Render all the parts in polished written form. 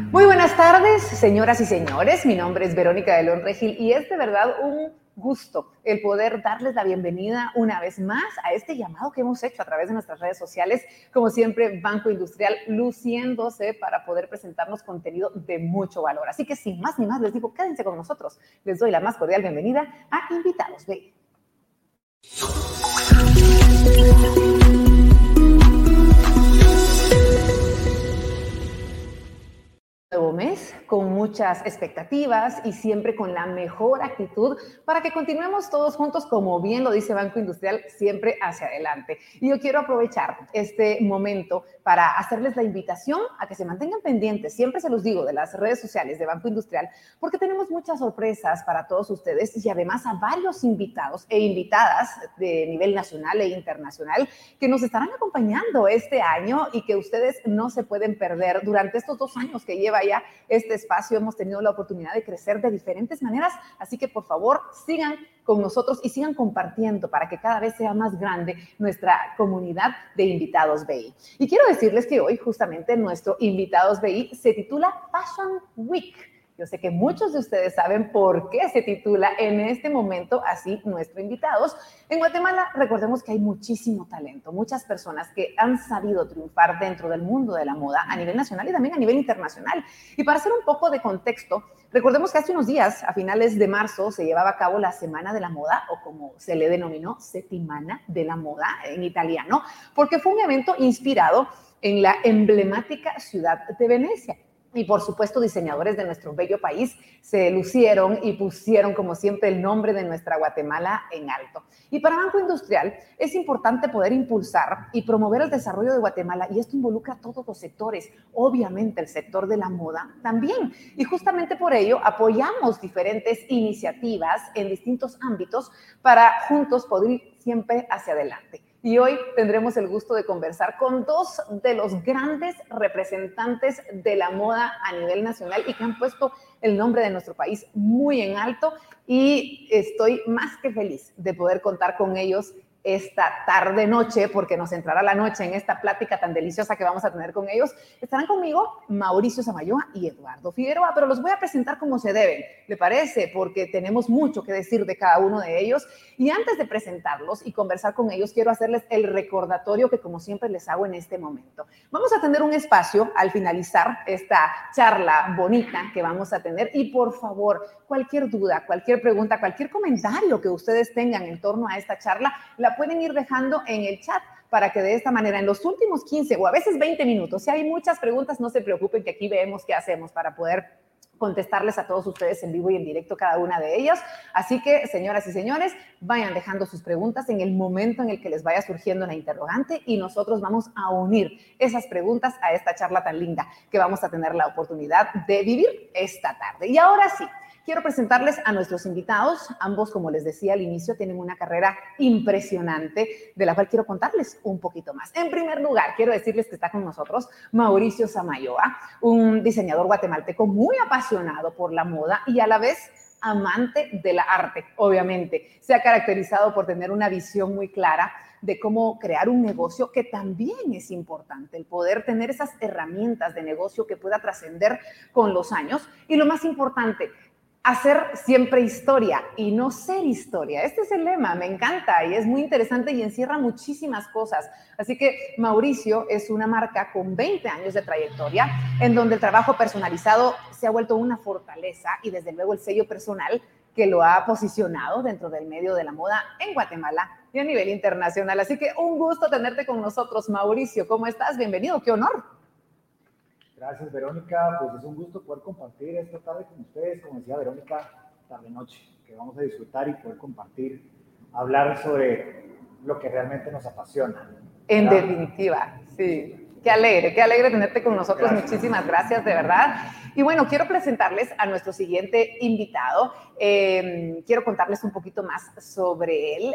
Muy buenas tardes, señoras y señores. Mi nombre es Verónica de León Regil y es de verdad un gusto el poder darles la bienvenida una vez más a este llamado que hemos hecho a través de nuestras redes sociales. Como siempre, Banco Industrial luciéndose para poder presentarnos contenido de mucho valor. Así que sin más ni más les digo, quédense con nosotros. Les doy la más cordial bienvenida a Invitados BI. Nuevo mes con muchas expectativas y siempre con la mejor actitud para que continuemos todos juntos, como bien lo dice Banco Industrial, siempre hacia adelante. Y yo quiero aprovechar este momento para hacerles la invitación a que se mantengan pendientes, siempre se los digo, de las redes sociales de Banco Industrial, porque tenemos muchas sorpresas para todos ustedes y además a varios invitados e invitadas de nivel nacional e internacional que nos estarán acompañando este año y que ustedes no se pueden perder. Durante estos 2 años que lleva ya este espacio hemos tenido la oportunidad de crecer de diferentes maneras, así que por favor sigan con nosotros y sigan compartiendo para que cada vez sea más grande nuestra comunidad de Invitados BI. Y quiero decirles que hoy justamente nuestro Invitados BI se titula Fashion Week. Yo sé que muchos de ustedes saben por qué se titula en este momento así nuestro Invitados. En Guatemala, recordemos que hay muchísimo talento, muchas personas que han sabido triunfar dentro del mundo de la moda a nivel nacional y también a nivel internacional. Y para hacer un poco de contexto, recordemos que hace unos días, a finales de marzo, se llevaba a cabo la Semana de la Moda, o como se le denominó, Settimana de la Moda en italiano, porque fue un evento inspirado en la emblemática ciudad de Venecia. Y por supuesto, diseñadores de nuestro bello país se lucieron y pusieron, como siempre, el nombre de nuestra Guatemala en alto. Y para Banco Industrial es importante poder impulsar y promover el desarrollo de Guatemala, y esto involucra a todos los sectores, obviamente el sector de la moda también. Y justamente por ello apoyamos diferentes iniciativas en distintos ámbitos para juntos poder ir siempre hacia adelante. Y hoy tendremos el gusto de conversar con 2 de los grandes representantes de la moda a nivel nacional y que han puesto el nombre de nuestro país muy en alto, y estoy más que feliz de poder contar con ellos esta tarde noche, porque nos entrará la noche en esta plática tan deliciosa que vamos a tener con ellos. Estarán conmigo Mauricio Samayoa y Eduardo Figueroa, pero los voy a presentar como se deben, ¿le parece? Porque tenemos mucho que decir de cada uno de ellos. Y antes de presentarlos y conversar con ellos, quiero hacerles el recordatorio que como siempre les hago en este momento. Vamos a tener un espacio al finalizar esta charla bonita que vamos a tener, y por favor, cualquier duda, cualquier pregunta, cualquier comentario que ustedes tengan en torno a esta charla, la pueden ir dejando en el chat para que de esta manera en los últimos 15 o a veces 20 minutos, si hay muchas preguntas, no se preocupen que aquí vemos qué hacemos para poder contestarles a todos ustedes en vivo y en directo cada una de ellas. Así que, señoras y señores, vayan dejando sus preguntas en el momento en el que les vaya surgiendo la interrogante, y nosotros vamos a unir esas preguntas a esta charla tan linda que vamos a tener la oportunidad de vivir esta tarde. Y ahora sí, quiero presentarles a nuestros invitados. Ambos, como les decía al inicio, tienen una carrera impresionante de la cual quiero contarles un poquito más. En primer lugar, quiero decirles que está con nosotros Mauricio Samayoa, un diseñador guatemalteco muy apasionado por la moda y a la vez amante de la arte, obviamente. Se ha caracterizado por tener una visión muy clara de cómo crear un negocio, que también es importante, el poder tener esas herramientas de negocio que pueda trascender con los años. Y lo más importante, hacer siempre historia y no ser historia. Este es el lema, me encanta y es muy interesante y encierra muchísimas cosas. Así que Mauricio es una marca con 20 años de trayectoria, en donde el trabajo personalizado se ha vuelto una fortaleza, y desde luego el sello personal que lo ha posicionado dentro del medio de la moda en Guatemala y a nivel internacional. Así que un gusto tenerte con nosotros, Mauricio. ¿Cómo estás? Bienvenido, qué honor. Gracias, Verónica. Pues es un gusto poder compartir esta tarde con ustedes, como decía Verónica, tarde-noche, que vamos a disfrutar y poder compartir, hablar sobre lo que realmente nos apasiona. En definitiva, sí. Qué alegre tenerte con nosotros. Gracias. Muchísimas gracias, de verdad. Y bueno, quiero presentarles a nuestro siguiente invitado. Quiero contarles un poquito más sobre él.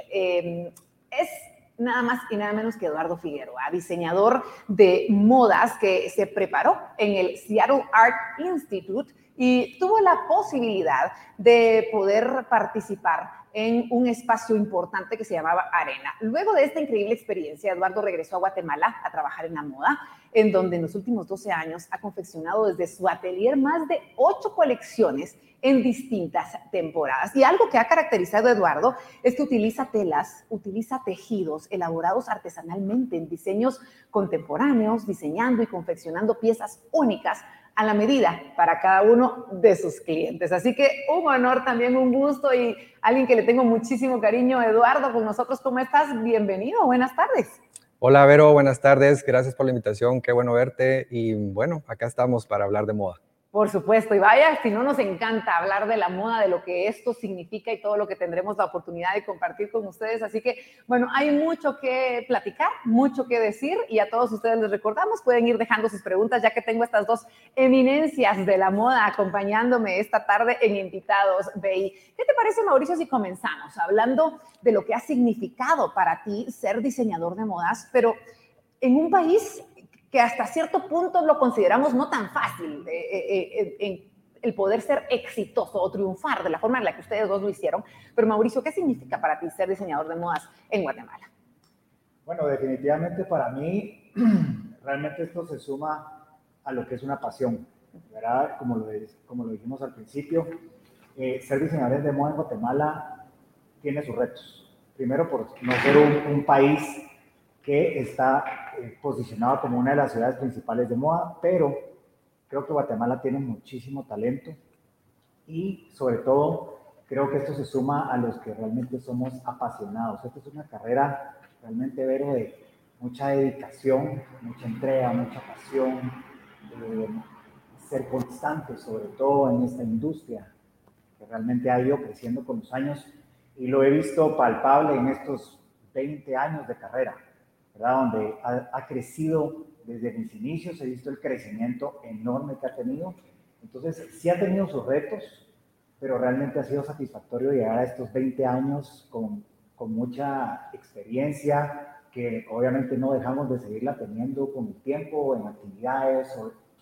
Es nada más y nada menos que Eduardo Figueroa, diseñador de modas que se preparó en el Seattle Art Institute y tuvo la posibilidad de poder participar en un espacio importante que se llamaba Arena. Luego de esta increíble experiencia, Eduardo regresó a Guatemala a trabajar en la moda. en donde en los últimos 12 años ha confeccionado desde su atelier más de 8 colecciones en distintas temporadas. Y algo que ha caracterizado a Eduardo es que utiliza telas, utiliza tejidos elaborados artesanalmente en diseños contemporáneos, diseñando y confeccionando piezas únicas a la medida para cada uno de sus clientes. Así que un honor, también un gusto, y alguien que le tengo muchísimo cariño, Eduardo, con nosotros. ¿Cómo estás? Bienvenido, buenas tardes. Hola, Vero, buenas tardes, gracias por la invitación, qué bueno verte, y bueno, acá estamos para hablar de moda. Por supuesto, y vaya, si no nos encanta hablar de la moda, de lo que esto significa y todo lo que tendremos la oportunidad de compartir con ustedes. Así que, bueno, hay mucho que platicar, mucho que decir, y a todos ustedes les recordamos, pueden ir dejando sus preguntas, ya que tengo estas dos eminencias de la moda acompañándome esta tarde en Invitados BI. ¿Qué te parece, Mauricio, si comenzamos hablando de lo que ha significado para ti ser diseñador de modas, pero en un país que hasta cierto punto lo consideramos no tan fácil, el poder ser exitoso o triunfar de la forma en la que ustedes dos lo hicieron? Pero Mauricio, ¿qué significa para ti ser diseñador de modas en Guatemala? Bueno, definitivamente para mí, realmente esto se suma a lo que es una pasión, ¿verdad? Como lo dijimos al principio, ser diseñadores de moda en Guatemala tiene sus retos. Primero, por no ser un país que está posicionado como una de las ciudades principales de moda, pero creo que Guatemala tiene muchísimo talento y sobre todo creo que esto se suma a los que realmente somos apasionados. Esta es una carrera realmente, Vero, de mucha dedicación, mucha entrega, mucha pasión, ser constante sobre todo en esta industria que realmente ha ido creciendo con los años, y lo he visto palpable en estos 20 años de carrera, ¿verdad? Donde ha crecido desde mis inicios, he visto el crecimiento enorme que ha tenido. Entonces, sí ha tenido sus retos, pero realmente ha sido satisfactorio llegar a estos 20 años con mucha experiencia, que obviamente no dejamos de seguirla teniendo con el tiempo, en actividades,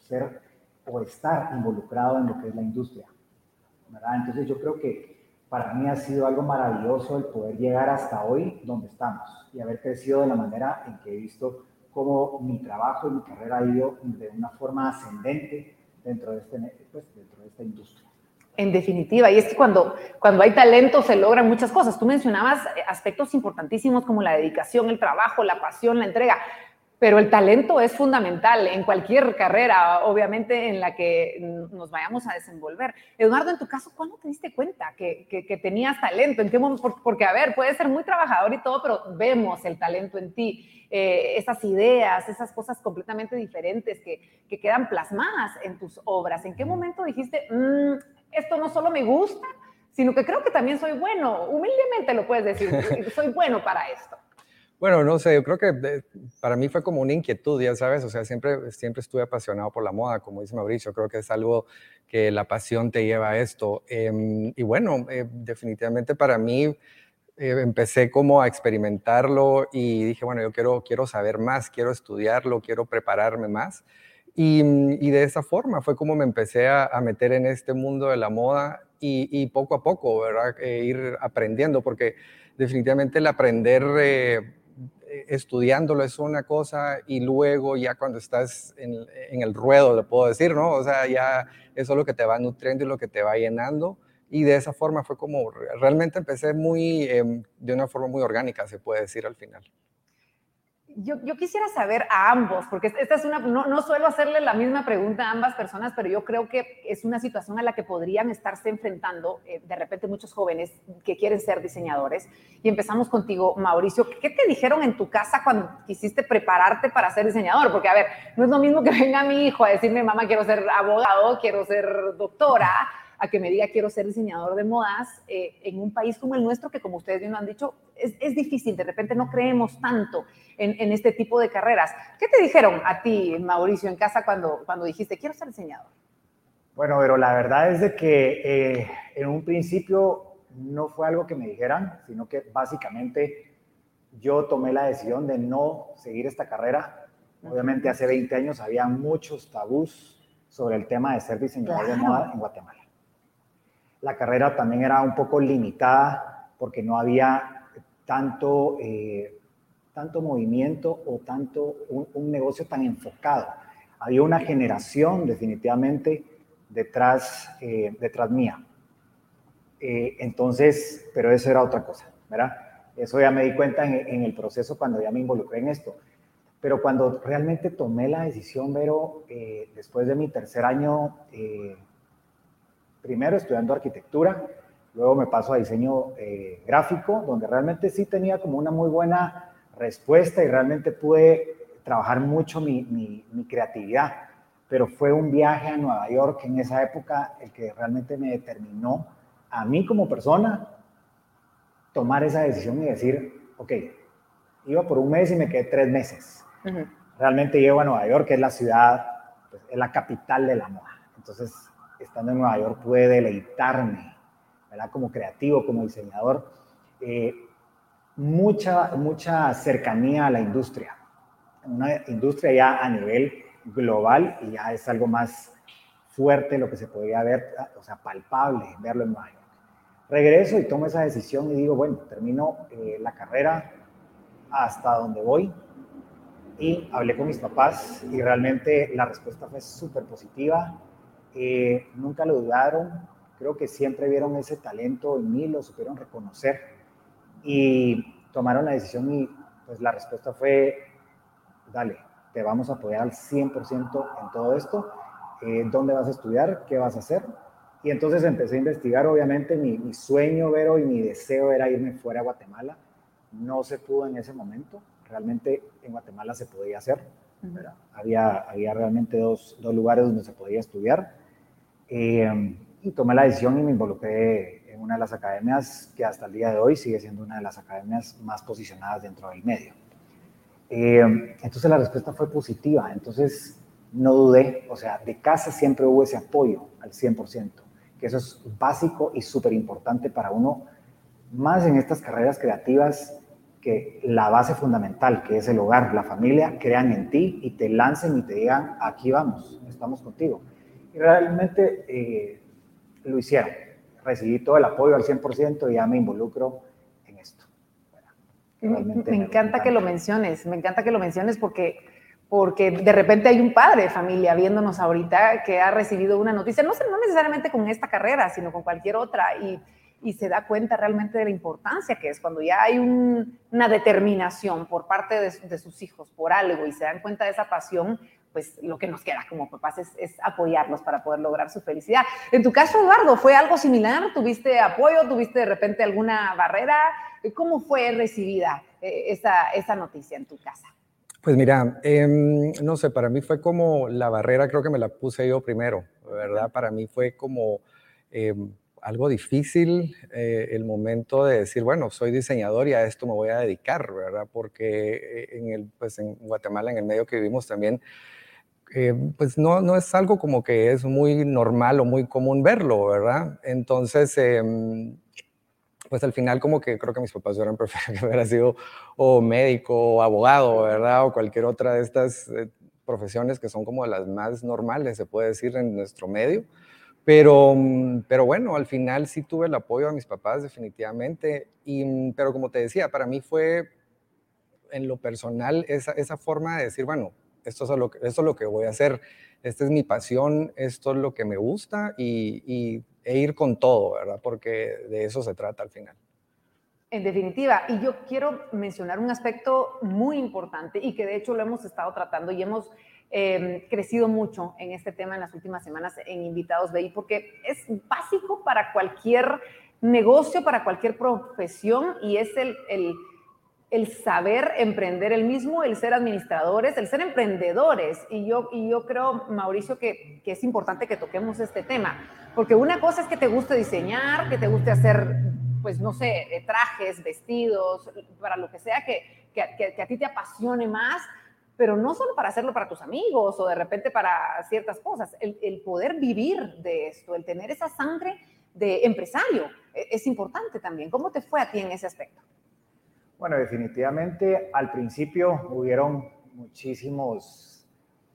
o estar involucrado en lo que es la industria, ¿verdad? Entonces yo creo que para mí ha sido algo maravilloso el poder llegar hasta hoy donde estamos y haber crecido de la manera en que he visto cómo mi trabajo y mi carrera ha ido de una forma ascendente dentro de esta industria. En definitiva, y es que cuando hay talento se logran muchas cosas. Tú mencionabas aspectos importantísimos como la dedicación, el trabajo, la pasión, la entrega, pero el talento es fundamental en cualquier carrera, obviamente, en la que nos vayamos a desenvolver. Eduardo, en tu caso, ¿cuándo te diste cuenta que tenías talento? ¿En qué momento? Porque, a ver, puedes ser muy trabajador y todo, pero vemos el talento en ti, esas ideas, esas cosas completamente diferentes que quedan plasmadas en tus obras. ¿En qué momento dijiste, esto no solo me gusta, sino que creo que también soy bueno? Humildemente lo puedes decir, soy bueno para esto. Bueno, no sé, yo creo que para mí fue como una inquietud, ya sabes, o sea, siempre estuve apasionado por la moda, como dice Mauricio, creo que es algo que la pasión te lleva a esto. Y bueno, definitivamente para mí empecé como a experimentarlo y dije, bueno, yo quiero saber más, quiero estudiarlo, quiero prepararme más. Y de esa forma fue como me empecé a meter en este mundo de la moda y poco a poco, ¿verdad? Ir aprendiendo, porque definitivamente el aprender estudiándolo es una cosa y luego ya cuando estás en el ruedo, le puedo decir, ¿no? O sea, ya eso es lo que te va nutriendo y lo que te va llenando. Y de esa forma fue como realmente empecé de una forma muy orgánica, se puede decir al final. Yo quisiera saber a ambos, porque esta es no suelo hacerle la misma pregunta a ambas personas, pero yo creo que es una situación a la que podrían estarse enfrentando de repente muchos jóvenes que quieren ser diseñadores. Y empezamos contigo, Mauricio. ¿Qué te dijeron en tu casa cuando quisiste prepararte para ser diseñador? Porque, a ver, no es lo mismo que venga mi hijo a decirme, mamá, quiero ser abogado, quiero ser doctora, a que me diga quiero ser diseñador de modas en un país como el nuestro, que como ustedes bien lo han dicho, es difícil, de repente no creemos tanto en este tipo de carreras. ¿Qué te dijeron a ti, Mauricio, en casa cuando dijiste quiero ser diseñador? Bueno, pero la verdad es de que en un principio no fue algo que me dijeran, sino que básicamente yo tomé la decisión de no seguir esta carrera. Obviamente hace 20 años había muchos tabús sobre el tema de ser diseñador de moda en Guatemala. La carrera también era un poco limitada porque no había tanto tanto movimiento o tanto un negocio tan enfocado. Había una generación definitivamente detrás mía. Entonces, pero eso era otra cosa, ¿verdad? Eso ya me di cuenta en el proceso cuando ya me involucré en esto. Pero cuando realmente tomé la decisión, Vero, después de mi tercer año, primero estudiando arquitectura, luego me paso a diseño gráfico, donde realmente sí tenía como una muy buena respuesta y realmente pude trabajar mucho mi creatividad. Pero fue un viaje a Nueva York en esa época el que realmente me determinó a mí como persona tomar esa decisión y decir, ok, iba por un mes y me quedé 3 meses. Uh-huh. Realmente llego a Nueva York, que es la ciudad, pues, es la capital de la moda. Entonces, estando en Nueva York pude deleitarme, ¿verdad? Como creativo, como diseñador, mucha cercanía a la industria. Una industria ya a nivel global y ya es algo más fuerte lo que se podía ver, o sea, palpable, verlo en Nueva York. Regreso y tomo esa decisión y digo, bueno, termino la carrera hasta donde voy, y hablé con mis papás y realmente la respuesta fue súper positiva. Nunca lo dudaron, creo que siempre vieron ese talento en mí, lo supieron reconocer y tomaron la decisión y pues la respuesta fue, dale, te vamos a apoyar al 100% en todo esto. ¿Dónde vas a estudiar? ¿Qué vas a hacer? Y entonces empecé a investigar, obviamente mi sueño, Vero, y mi deseo era irme fuera a Guatemala. No se pudo en ese momento. Realmente en Guatemala se podía hacer. ¿Verdad? Había realmente dos lugares donde se podía estudiar. Y tomé la decisión y me involucré en una de las academias que hasta el día de hoy sigue siendo una de las academias más posicionadas dentro del medio. Entonces la respuesta fue positiva. Entonces no dudé. O sea, de casa siempre hubo ese apoyo al 100%, que eso es básico y súper importante para uno, más en estas carreras creativas, que la base fundamental, que es el hogar, la familia, crean en ti y te lancen y te digan, aquí vamos, estamos contigo. Y realmente lo hicieron. Recibí todo el apoyo al 100% y ya me involucro en esto. Me encanta que lo menciones, porque de repente hay un padre de familia viéndonos ahorita que ha recibido una noticia, no necesariamente con esta carrera, sino con cualquier otra, y se da cuenta realmente de la importancia que es cuando ya hay una determinación por parte de sus hijos por algo y se dan cuenta de esa pasión, pues lo que nos queda como papás es apoyarlos para poder lograr su felicidad. En tu caso, Eduardo, ¿fue algo similar? ¿Tuviste apoyo? ¿Tuviste de repente alguna barrera? ¿Cómo fue recibida esa noticia en tu casa? Pues mira, no sé, para mí fue como la barrera, creo que me la puse yo primero, ¿verdad? Para mí fue como algo difícil el momento de decir, bueno, soy diseñador y a esto me voy a dedicar, ¿verdad? Porque pues en Guatemala, en el medio que vivimos también, pues no es algo como que es muy normal o muy común verlo, ¿verdad? Entonces, pues al final como que creo que mis papás hubieran preferido que hubiera sido o médico o abogado, ¿verdad? O cualquier otra de estas profesiones que son como las más normales, se puede decir, en nuestro medio. Pero bueno, al final sí tuve el apoyo de mis papás definitivamente. Pero como te decía, para mí fue en lo personal esa forma de decir, bueno, esto es lo que voy a hacer, esta es mi pasión, esto es lo que me gusta e ir con todo, ¿verdad? Porque de eso se trata al final. En definitiva, y yo quiero mencionar un aspecto muy importante y que de hecho lo hemos estado tratando y hemos crecido mucho en este tema en las últimas semanas en Invitados BI, porque es básico para cualquier negocio, para cualquier profesión, y es el saber emprender el mismo, el ser administradores, el ser emprendedores. Y yo creo, Mauricio, que es importante que toquemos este tema, porque una cosa es que te guste diseñar, que te guste hacer, pues no sé, trajes, vestidos, para lo que sea que a ti te apasione más, pero no solo para hacerlo para tus amigos o de repente para ciertas cosas, el poder vivir de esto, el tener esa sangre de empresario es importante también. ¿Cómo te fue a ti en ese aspecto? Bueno, definitivamente al principio hubieron muchísimos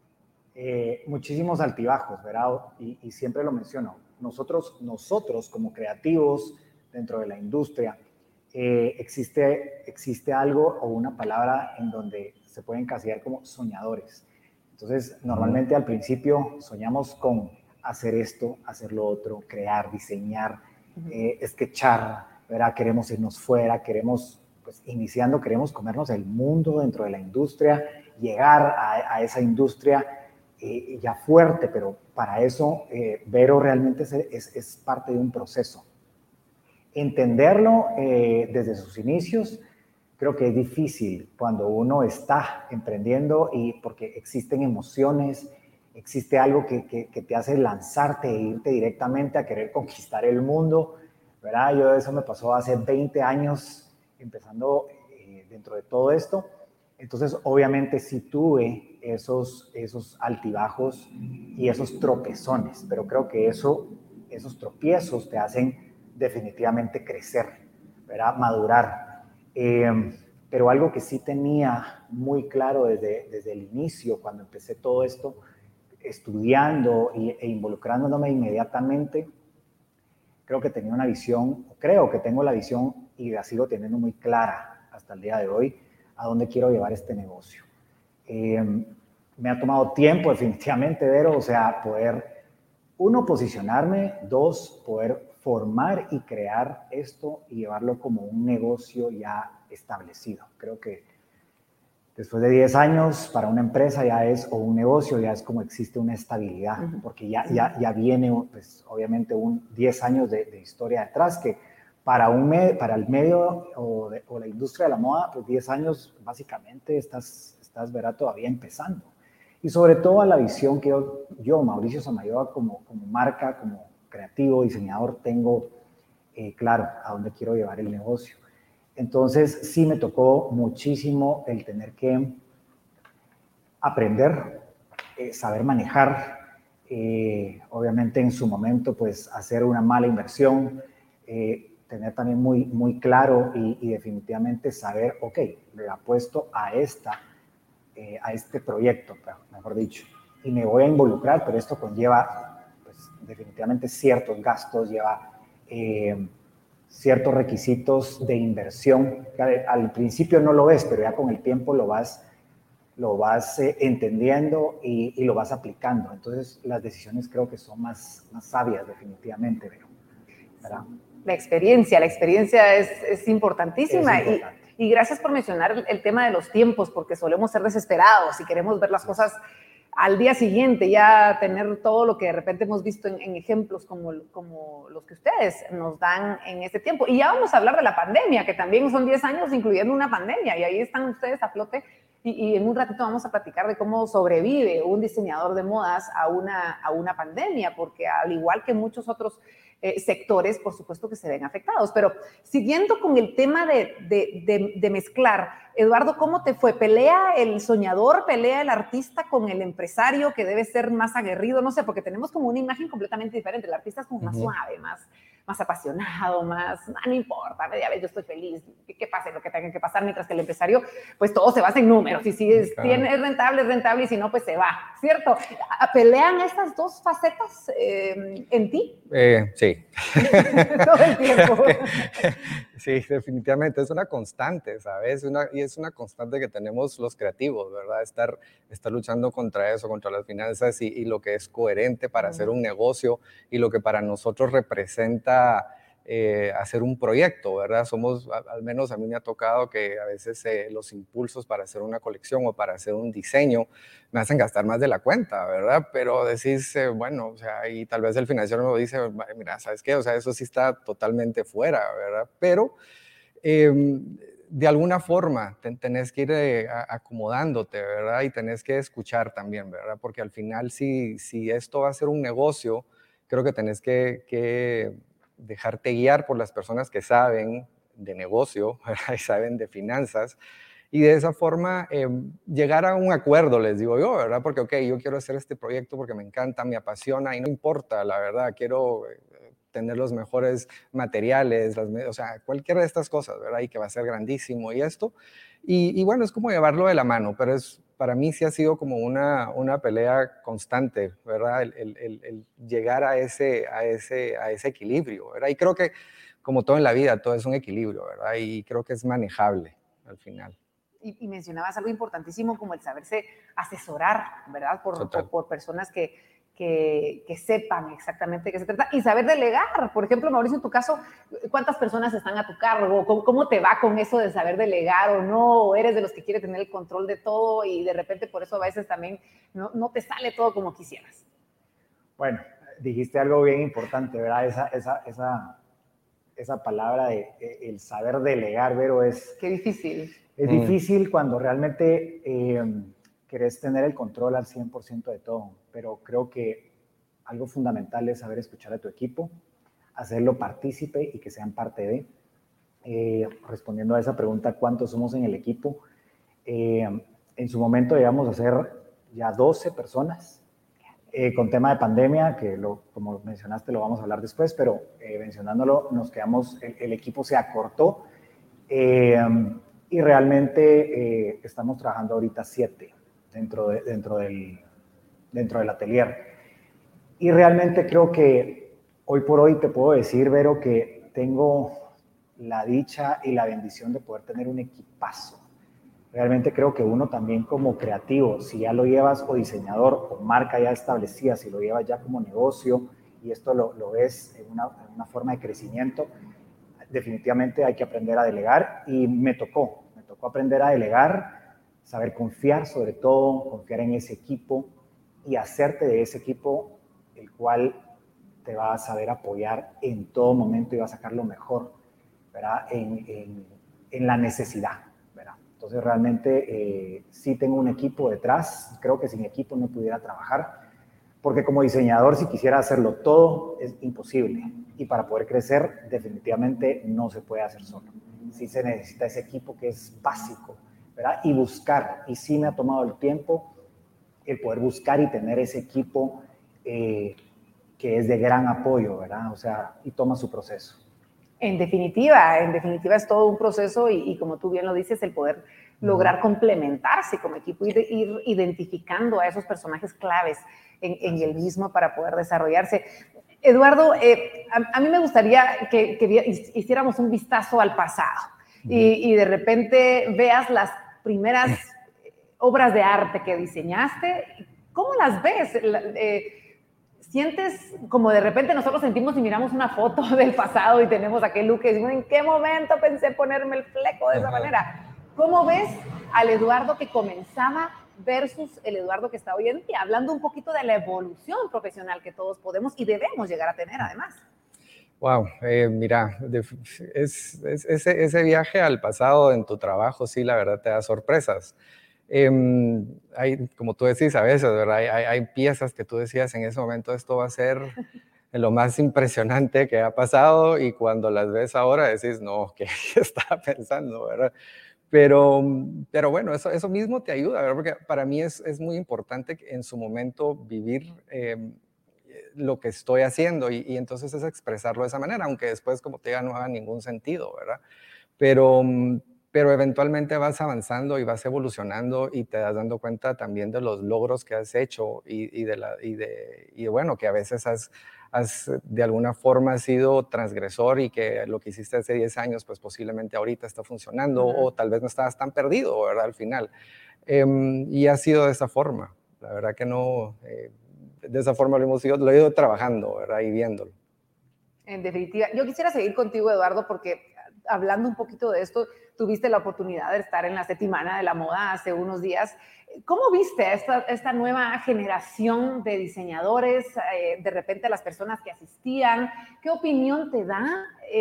altibajos, ¿verdad? Y siempre lo menciono. Nosotros como creativos dentro de la industria, existe algo o una palabra en donde se pueden encasillar como soñadores. Entonces, normalmente al principio soñamos con hacer esto, hacer lo otro, crear, diseñar, sketchar, ¿verdad? Queremos irnos fuera, queremos, pues iniciando, queremos comernos el mundo dentro de la industria, llegar a esa industria ya fuerte, pero para eso Vero realmente es parte de un proceso. Entenderlo desde sus inicios creo que es difícil cuando uno está emprendiendo y porque existen emociones, existe algo que te hace lanzarte e irte directamente a querer conquistar el mundo, ¿verdad? Yo eso me pasó hace 20 años empezando dentro de todo esto. Entonces, obviamente sí tuve esos altibajos y esos tropezones, pero creo que esos tropiezos te hacen definitivamente crecer, ¿verdad? Madurar. Pero algo que sí tenía muy claro desde el inicio, cuando empecé todo esto, estudiando e involucrándome inmediatamente, creo que tenía una visión, creo que tengo la visión y la sigo teniendo muy clara hasta el día de hoy, a dónde quiero llevar este negocio. Me ha tomado tiempo definitivamente, Vero, o sea, poder, uno, posicionarme, dos, poder formar y crear esto y llevarlo como un negocio ya establecido. Creo que después de 10 años para una empresa ya es, o un negocio, ya es como existe una estabilidad, porque ya viene, pues, obviamente, 10 años de historia detrás, que para el medio o la industria de la moda, pues 10 años básicamente estás ¿verdad? Todavía empezando. Y sobre todo a la visión que yo Mauricio Samayoa, como marca, como creativo, diseñador, tengo claro a dónde quiero llevar el negocio. Entonces sí me tocó muchísimo el tener que aprender, saber manejar, obviamente en su momento pues hacer una mala inversión, tener también muy claro y definitivamente saber, ok, le apuesto a este proyecto, mejor dicho, y me voy a involucrar, pero esto conlleva pues, definitivamente ciertos gastos, lleva ciertos requisitos de inversión. Al principio no lo ves, pero ya con el tiempo lo vas entendiendo y lo vas aplicando. Entonces las decisiones creo que son más sabias definitivamente, ¿verdad? La experiencia es importantísima. Es importante. Y gracias por mencionar el tema de los tiempos, porque solemos ser desesperados y queremos ver las cosas al día siguiente, ya tener todo lo que de repente hemos visto en ejemplos como los que ustedes nos dan en este tiempo. Y ya vamos a hablar de la pandemia, que también son 10 años incluyendo una pandemia, y ahí están ustedes a flote. Y en un ratito vamos a platicar de cómo sobrevive un diseñador de modas a una pandemia, porque al igual que muchos otros sectores, por supuesto que se ven afectados. Pero siguiendo con el tema de mezclar, Eduardo, ¿cómo te fue? ¿Pelea el soñador, pelea el artista con el empresario que debe ser más aguerrido? No sé, porque tenemos como una imagen completamente diferente. El artista es como más suave, más apasionado, no importa, ya ves, yo estoy feliz, que pase lo que tenga que pasar, mientras que el empresario, pues todo se basa en números, y si es rentable, y si no, pues se va, ¿cierto? ¿Pelean estas dos facetas en ti? Sí. Todo el tiempo. Sí, definitivamente, es una constante, ¿sabes? Y es una constante que tenemos los creativos, ¿verdad? Estar luchando contra eso, contra las finanzas y lo que es coherente para hacer un negocio y lo que para nosotros representa hacer un proyecto, ¿verdad? Al menos a mí me ha tocado que a veces los impulsos para hacer una colección o para hacer un diseño me hacen gastar más de la cuenta, ¿verdad? Pero decís, bueno, o sea, y tal vez el financiero me dice, mira, ¿sabes qué? O sea, eso sí está totalmente fuera, ¿verdad? Pero de alguna forma tenés que ir acomodándote, ¿verdad? Y tenés que escuchar también, ¿verdad? Porque al final, si esto va a ser un negocio, creo que tenés que dejarte guiar por las personas que saben de negocio, ¿verdad? Y saben de finanzas, y de esa forma llegar a un acuerdo, les digo yo, ¿verdad? Porque, ok, yo quiero hacer este proyecto porque me encanta, me apasiona y no importa, la verdad, quiero tener los mejores materiales, o sea, cualquiera de estas cosas, ¿verdad? Y que va a ser grandísimo y esto. Y bueno, es como llevarlo de la mano, pero es para mí sí ha sido como una pelea constante, ¿verdad? El llegar a ese equilibrio, ¿verdad? Y creo que, como todo en la vida, todo es un equilibrio, ¿verdad? Y creo que es manejable al final. Y mencionabas algo importantísimo como el saberse asesorar, ¿verdad? Por personas que sepan exactamente de qué se trata y saber delegar. Por ejemplo, Mauricio, en tu caso, ¿cuántas personas están a tu cargo? ¿Cómo te va con eso de saber delegar o no? ¿O eres de los que quiere tener el control de todo y de repente por eso a veces también no te sale todo como quisieras? Bueno, dijiste algo bien importante, ¿verdad? Esa palabra de el saber delegar, Vero, es... Qué difícil. Es difícil cuando realmente querés tener el control al 100% de todo, pero creo que algo fundamental es saber escuchar a tu equipo, hacerlo partícipe y que sean parte de. Respondiendo a esa pregunta, ¿cuántos somos en el equipo? En su momento llegamos a ser ya 12 personas. Con tema de pandemia, que como mencionaste lo vamos a hablar después, pero mencionándolo, nos quedamos, el equipo se acortó y realmente estamos trabajando ahorita 7 dentro del atelier. Y realmente creo que hoy por hoy te puedo decir, Vero, que tengo la dicha y la bendición de poder tener un equipazo. Realmente creo que uno también como creativo, si ya lo llevas o diseñador o marca ya establecida, si lo llevas ya como negocio y esto lo ves en una forma de crecimiento, definitivamente hay que aprender a delegar y me tocó aprender a delegar, saber confiar sobre todo, confiar en ese equipo y hacerte de ese equipo el cual te va a saber apoyar en todo momento y va a sacar lo mejor, ¿verdad? En la necesidad, ¿verdad? Entonces realmente sí tengo un equipo detrás, creo que sin equipo no pudiera trabajar, porque como diseñador si quisiera hacerlo todo es imposible y para poder crecer definitivamente no se puede hacer solo. Sí se necesita ese equipo que es básico, ¿verdad? Y buscar, y sí me ha tomado el tiempo el poder buscar y tener ese equipo que es de gran apoyo, ¿verdad? O sea, y toma su proceso. En definitiva es todo un proceso y como tú bien lo dices, el poder lograr complementarse como equipo, ir identificando a esos personajes claves en el mismo para poder desarrollarse. Eduardo, a mí me gustaría que hiciéramos un vistazo al pasado y de repente veas las primeras obras de arte que diseñaste. ¿Cómo las ves? ¿Sientes como de repente nosotros sentimos y miramos una foto del pasado y tenemos aquel look y decimos, ¿en qué momento pensé ponerme el fleco de esa manera? ¿Cómo ves al Eduardo que comenzaba versus el Eduardo que está hoy en día? Hablando un poquito de la evolución profesional que todos podemos y debemos llegar a tener además. Wow, mira, ese viaje al pasado en tu trabajo, sí, la verdad te da sorpresas. Como tú decís a veces, ¿verdad? Hay piezas que tú decías en ese momento, esto va a ser lo más impresionante que ha pasado y cuando las ves ahora decís, no, ¿qué estaba pensando, verdad? Pero bueno, eso mismo te ayuda, ¿verdad? Porque para mí es muy importante en su momento vivir lo que estoy haciendo y entonces es expresarlo de esa manera, aunque después, como te diga, no haga ningún sentido, ¿verdad? Pero eventualmente vas avanzando y vas evolucionando y te das dando cuenta también de los logros que has hecho y bueno, que a veces has de alguna forma sido transgresor y que lo que hiciste hace 10 años, pues posiblemente ahorita está funcionando o tal vez no estabas tan perdido, ¿verdad? Al final. Y ha sido de esa forma. La verdad que no, de esa forma lo he ido trabajando, ¿verdad? Y viéndolo. En definitiva, yo quisiera seguir contigo, Eduardo, porque hablando un poquito de esto, tuviste la oportunidad de estar en la Semana de la Moda hace unos días. ¿Cómo viste a esta nueva generación de diseñadores, de repente a las personas que asistían? ¿Qué opinión te da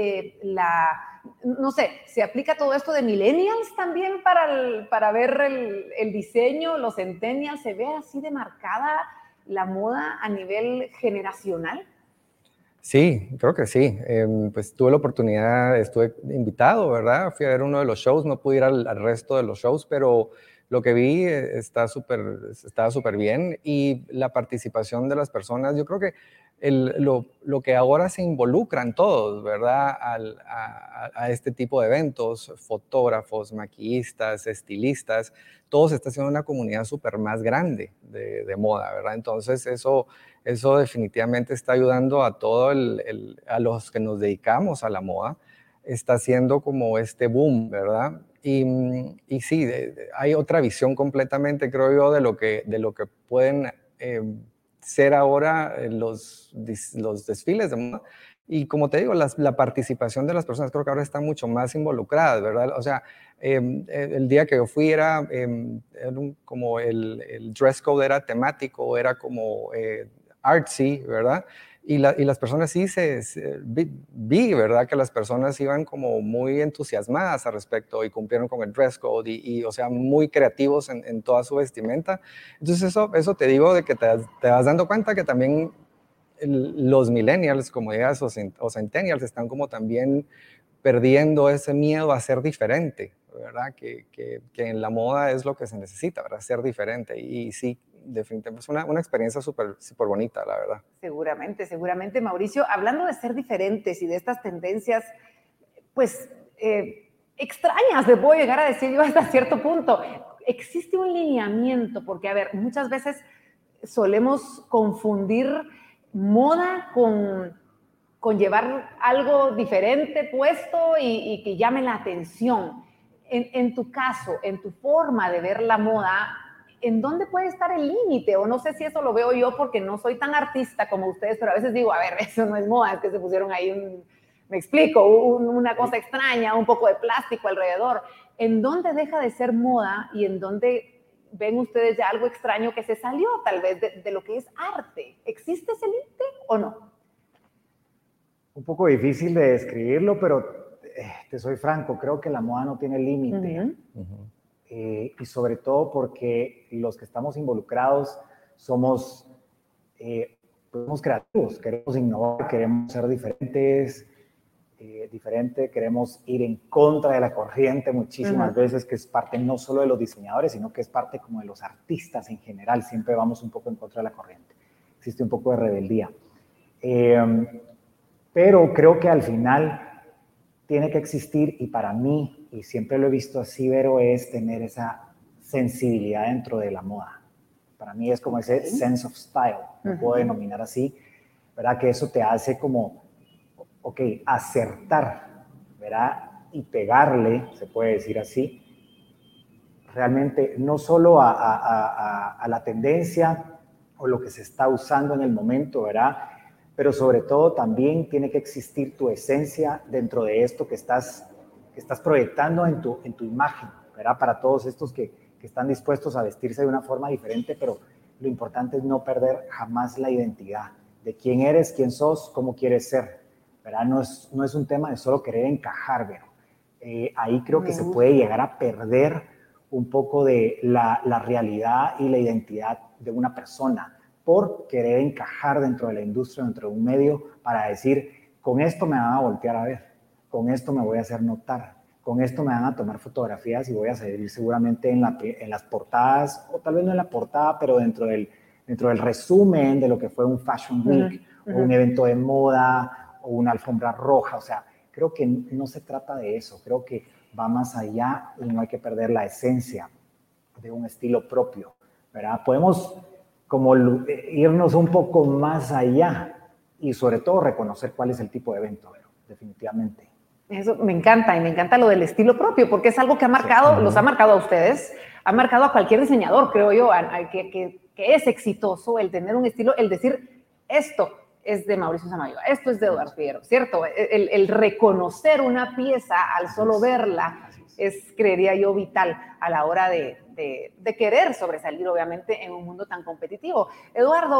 no sé, se aplica todo esto de millennials también para ver el diseño, los centennials? ¿Se ve así de marcada la moda a nivel generacional? Sí, creo que sí. Pues tuve la oportunidad, estuve invitado, ¿verdad? Fui a ver uno de los shows, no pude ir al resto de los shows, pero lo que vi estaba súper bien, y la participación de las personas, yo creo que lo que ahora se involucran todos, ¿verdad? A este tipo de eventos, fotógrafos, maquillistas, estilistas, todos está haciendo una comunidad súper más grande de moda, ¿verdad? Entonces eso definitivamente está ayudando a a los que nos dedicamos a la moda, está haciendo como este boom, ¿verdad? Y sí, hay otra visión completamente, creo yo, de lo que pueden ser ahora los desfiles de moda. Y como te digo, la participación de las personas creo que ahora están mucho más involucradas, ¿verdad? O sea, el día que yo fui era como el dress code era temático, era como artsy, ¿verdad? Y las personas sí vi, ¿verdad? Que las personas iban como muy entusiasmadas al respecto y cumplieron con el dress code o sea, muy creativos en toda su vestimenta. Entonces eso te digo de que te vas dando cuenta que también los millennials, como digas, o centennials, están como también perdiendo ese miedo a ser diferente, ¿verdad? Que en la moda es lo que se necesita, ¿verdad? Ser diferente. Y sí, definitivamente es una experiencia súper bonita, la verdad. Seguramente, seguramente, Mauricio. Hablando de ser diferentes y de estas tendencias, pues, extrañas, le puedo llegar a decir yo hasta cierto punto. Existe un lineamiento, porque, a ver, muchas veces solemos confundir moda con llevar algo diferente puesto y que llame la atención. En tu caso, en tu forma de ver la moda, ¿en dónde puede estar el límite? O no sé si eso lo veo yo porque no soy tan artista como ustedes, pero a veces digo, a ver, eso no es moda, es que se pusieron ahí me explico, una cosa extraña, un poco de plástico alrededor. ¿En dónde deja de ser moda y en dónde ven ustedes ya algo extraño que se salió tal vez de lo que es arte? ¿Existe ese límite o no? Un poco difícil de describirlo, pero te soy franco, creo que la moda no tiene límite. Y sobre todo porque los que estamos involucrados somos creativos, queremos innovar, queremos ser diferentes, queremos ir en contra de la corriente muchísimas veces, que es parte no solo de los diseñadores, sino que es parte como de los artistas en general, siempre vamos un poco en contra de la corriente, existe un poco de rebeldía. Pero creo que al final tiene que existir, y para mí, y siempre lo he visto así, Vero, es tener esa sensibilidad dentro de la moda. Para mí es como ese sense of style, lo puedo denominar así, ¿verdad? Que eso te hace como, ok, acertar, ¿verdad? Y pegarle, se puede decir así, realmente no solo a la tendencia o lo que se está usando en el momento, ¿verdad? Pero sobre todo también tiene que existir tu esencia dentro de esto que estás proyectando en tu imagen, ¿verdad? Para todos estos que están dispuestos a vestirse de una forma diferente, pero lo importante es no perder jamás la identidad de quién eres, quién sos, cómo quieres ser, ¿verdad? No es un tema de solo querer encajar, ¿verdad? Ahí creo que se puede llegar a perder un poco de la realidad y la identidad de una persona por querer encajar dentro de la industria, dentro de un medio, para decir, con esto me van a voltear a ver, con esto me voy a hacer notar, con esto me van a tomar fotografías y voy a salir seguramente en las portadas, o tal vez no en la portada, pero dentro del resumen de lo que fue un Fashion Week, o un evento de moda, o una alfombra roja. O sea, creo que no se trata de eso, creo que va más allá y no hay que perder la esencia de un estilo propio, ¿verdad? Podemos como irnos un poco más allá y sobre todo reconocer cuál es el tipo de evento, ¿verdad? Definitivamente. Eso me encanta, y me encanta lo del estilo propio, porque es algo que ha marcado, los ha marcado a ustedes, ha marcado a cualquier diseñador, creo yo, que es exitoso el tener un estilo, el decir, esto es de Mauricio Samayoa, esto es de Eduardo Figueroa, ¿cierto? El reconocer una pieza al solo verla es, creería yo, vital a la hora de querer sobresalir, obviamente, en un mundo tan competitivo. Eduardo,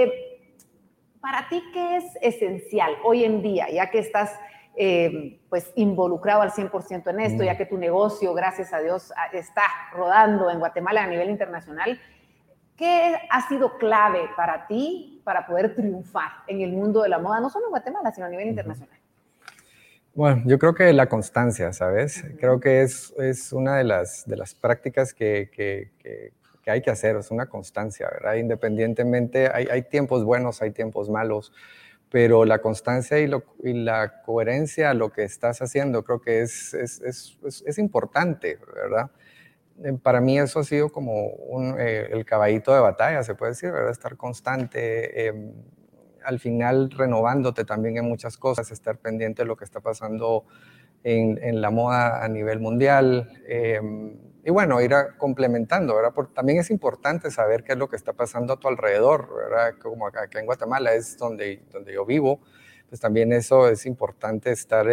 para ti, ¿qué es esencial hoy en día, ya que estás pues involucrado al 100% en esto, ya que tu negocio, gracias a Dios, está rodando en Guatemala a nivel internacional? ¿Qué ha sido clave para ti para poder triunfar en el mundo de la moda, no solo en Guatemala, sino a nivel internacional? Bueno, yo creo que la constancia, ¿sabes? Creo que es una de las prácticas que hay que hacer, es una constancia, ¿verdad? Independientemente, hay tiempos buenos, hay tiempos malos, pero la constancia y la coherencia a lo que estás haciendo creo que es importante, ¿verdad? Para mí eso ha sido como el caballito de batalla, se puede decir, ¿verdad? Estar constante, al final renovándote también en muchas cosas, estar pendiente de lo que está pasando en la moda a nivel mundial, y bueno, complementando, ¿verdad? Porque también es importante saber qué es lo que está pasando a tu alrededor, ¿verdad? Como acá en Guatemala es donde yo vivo, pues también eso es importante estar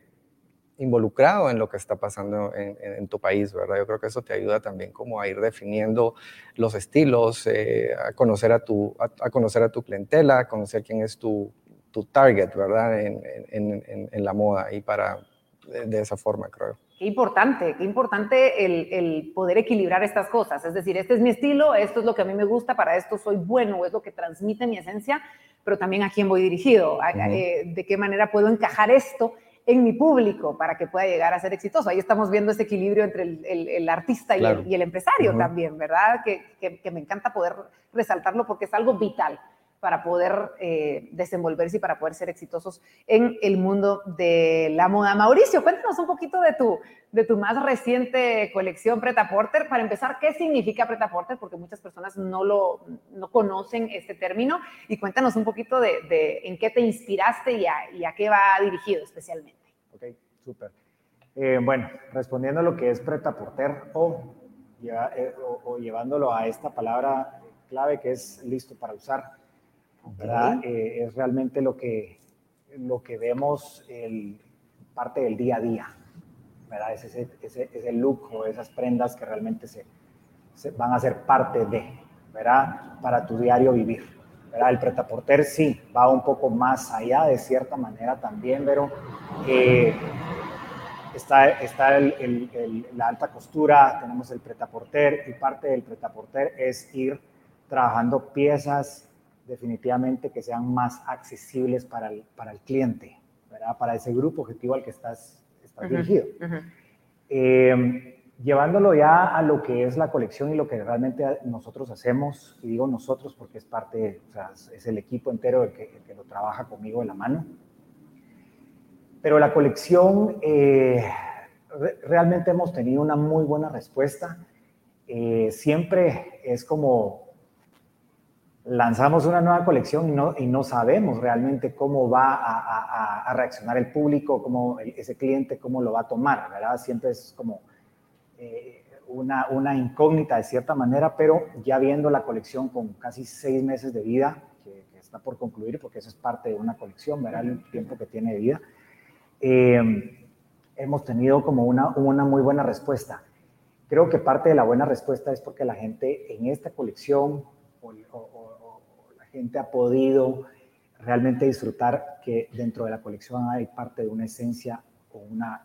involucrado en lo que está pasando en tu país, ¿verdad? Yo creo que eso te ayuda también como a ir definiendo los estilos, a conocer a conocer a tu clientela, a conocer quién es tu target, ¿verdad? En la moda y de esa forma, creo. Qué importante el poder equilibrar estas cosas. Es decir, este es mi estilo, esto es lo que a mí me gusta, para esto soy bueno, es lo que transmite mi esencia, pero también a quién voy dirigido, de qué manera puedo encajar esto en mi público para que pueda llegar a ser exitoso. Ahí estamos viendo ese equilibrio entre el artista Claro. y el empresario también, ¿verdad? Que me encanta poder resaltarlo porque es algo vital para poder desenvolverse y para poder ser exitosos en el mundo de la moda. Mauricio, cuéntanos un poquito de tu más reciente colección Pret-a-Porter. Para empezar, ¿qué significa Pret-a-Porter? Porque muchas personas no conocen este término. Y cuéntanos un poquito de en qué te inspiraste y a qué va dirigido especialmente. Ok, súper. Bueno, respondiendo a lo que es Pret-a-Porter o llevándolo a esta palabra clave que es listo para usar, ¿verdad? Es realmente lo que vemos parte del día a día, ¿verdad? Es ese look o esas prendas que realmente se van a ser parte de, ¿verdad? Para tu diario vivir, ¿verdad? El Pret-a-Porter sí va un poco más allá de cierta manera también, pero está la alta costura, tenemos el Pret-a-Porter y parte del Pret-a-Porter es ir trabajando piezas definitivamente que sean más accesibles para el cliente, ¿verdad? Para ese grupo objetivo al que estás dirigido. Llevándolo ya a lo que es la colección y lo que realmente nosotros hacemos, y digo nosotros porque es parte, o sea, es el equipo entero el que lo trabaja conmigo de la mano. Pero la colección, realmente hemos tenido una muy buena respuesta. Siempre es como lanzamos una nueva colección y no sabemos realmente cómo va a reaccionar el público, cómo ese cliente, cómo lo va a tomar, ¿verdad? Siempre es como una incógnita de cierta manera, pero ya viendo la colección con casi 6 meses de vida, que está por concluir, porque eso es parte de una colección, ¿verdad? El tiempo que tiene de vida. Hemos tenido como una muy buena respuesta. Creo que parte de la buena respuesta es porque la gente en esta colección o la gente ha podido realmente disfrutar que dentro de la colección hay parte de una esencia o